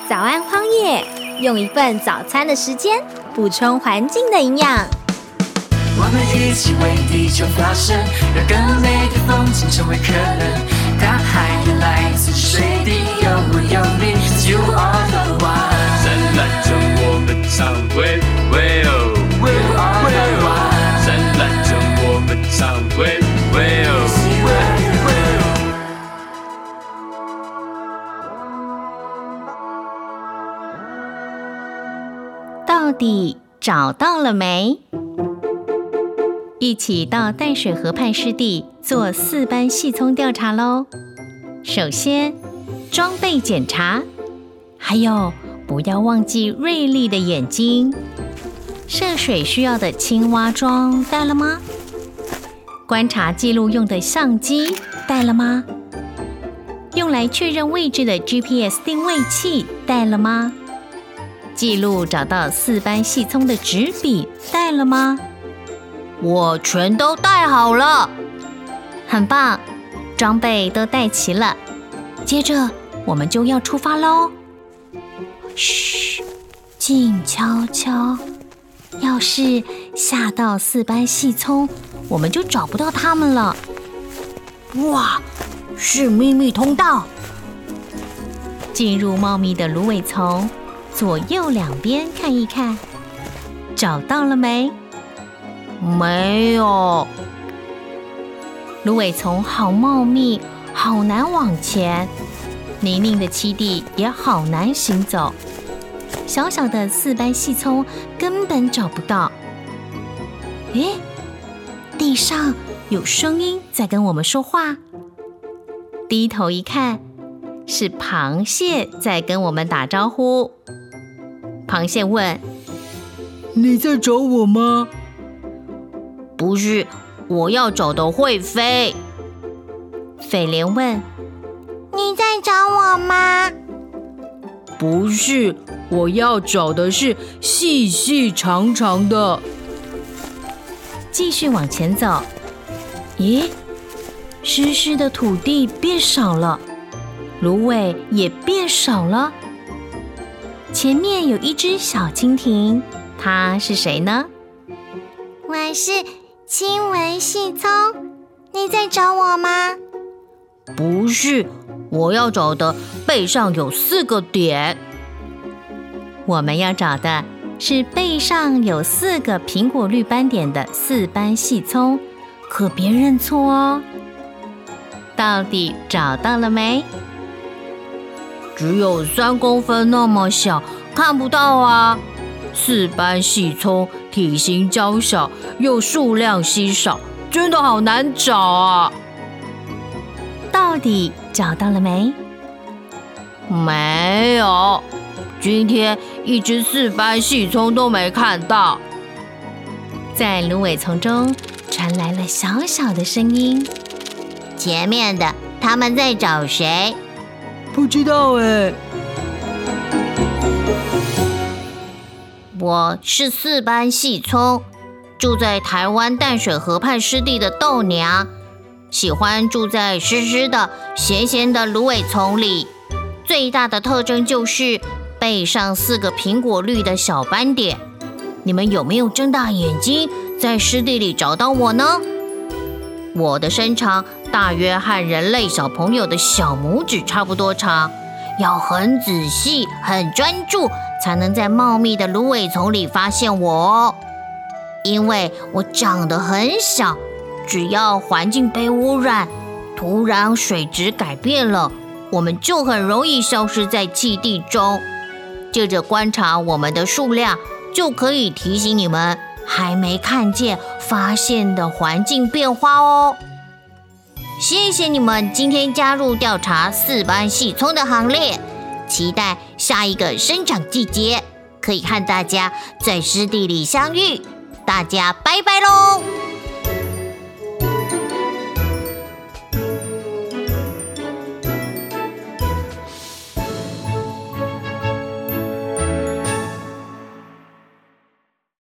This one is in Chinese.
早安荒野，用一份早餐的时间补充环境的营养。 我们一起为地球发声，让更美的风景成为可能。大海也来自水滴，有我有你 ，You are the one。 灿烂中我们唱喂喂哦 You are the one。 灿烂中我们唱喂喂哦。 到底找到了没？一起到淡水河畔湿地做4班细葱调查咯。首先，装备检查，还有不要忘记锐利的眼睛。涉水需要的青蛙装带了吗？观察记录用的相机带了吗？用来确认位置的 GPS 定位器带了吗？记录找到4班细葱的纸笔带了吗？ 我全都带好了， 很棒，装备都带齐了。接着我们就要出发咯。嘘，静悄悄。要是吓到4班细葱，我们就找不到他们了。 哇，是秘密通道。 进入茂密的芦苇丛，左右两边看一看，找到了没？ 没有。 芦苇丛好茂密，好难往前，泥泞的栖地也好难行走。小小的4班细葱根本找不到。诶，地上有声音在跟我们说话。低头一看，是螃蟹在跟我们打招呼。螃蟹问： 你在找我吗？ 不是，我要找的会飞。 斐莲问： 你在找我吗？ 不是，我要找的是细细长长的。 继续往前走。咦，湿湿的土地变少了，芦苇也变少了。前面有一只小蜻蜓，它是谁呢？ 我是青纹细葱，你在找我吗？ 不是，我要找的背上有4个点。 我们要找的是背上有4个苹果绿斑点的4班细葱，可别认错哦。到底找到了没？ 只有3公分那么小，看不到啊。4班细葱体型娇小，又数量稀少，真的好难找啊。 到底找到了没？ 没有，今天一只4班细葱都没看到。 在芦苇丛中传来了小小的声音： 前面的他们在找谁？ 不知道哎。 我是4班细葱，住在台湾淡水河畔湿地的豆娘，喜欢住在湿湿的、咸咸的芦苇丛里。最大的特征就是背上4个苹果绿的小斑点。你们有没有睁大眼睛在湿地里找到我呢？我的身长大约和人类小朋友的小拇指差不多长，要很仔细、很专注，才能在茂密的芦苇丛里发现我哦。因为我长得很小，只要环境被污染，土壤水质改变了，我们就很容易消失在栖地中。借着观察我们的数量，就可以提醒你们还没看见发现的环境变化哦。谢谢你们今天加入调查4班细葱的行列，期待下一个生长季节可以和大家在湿地里相遇。大家拜拜喽！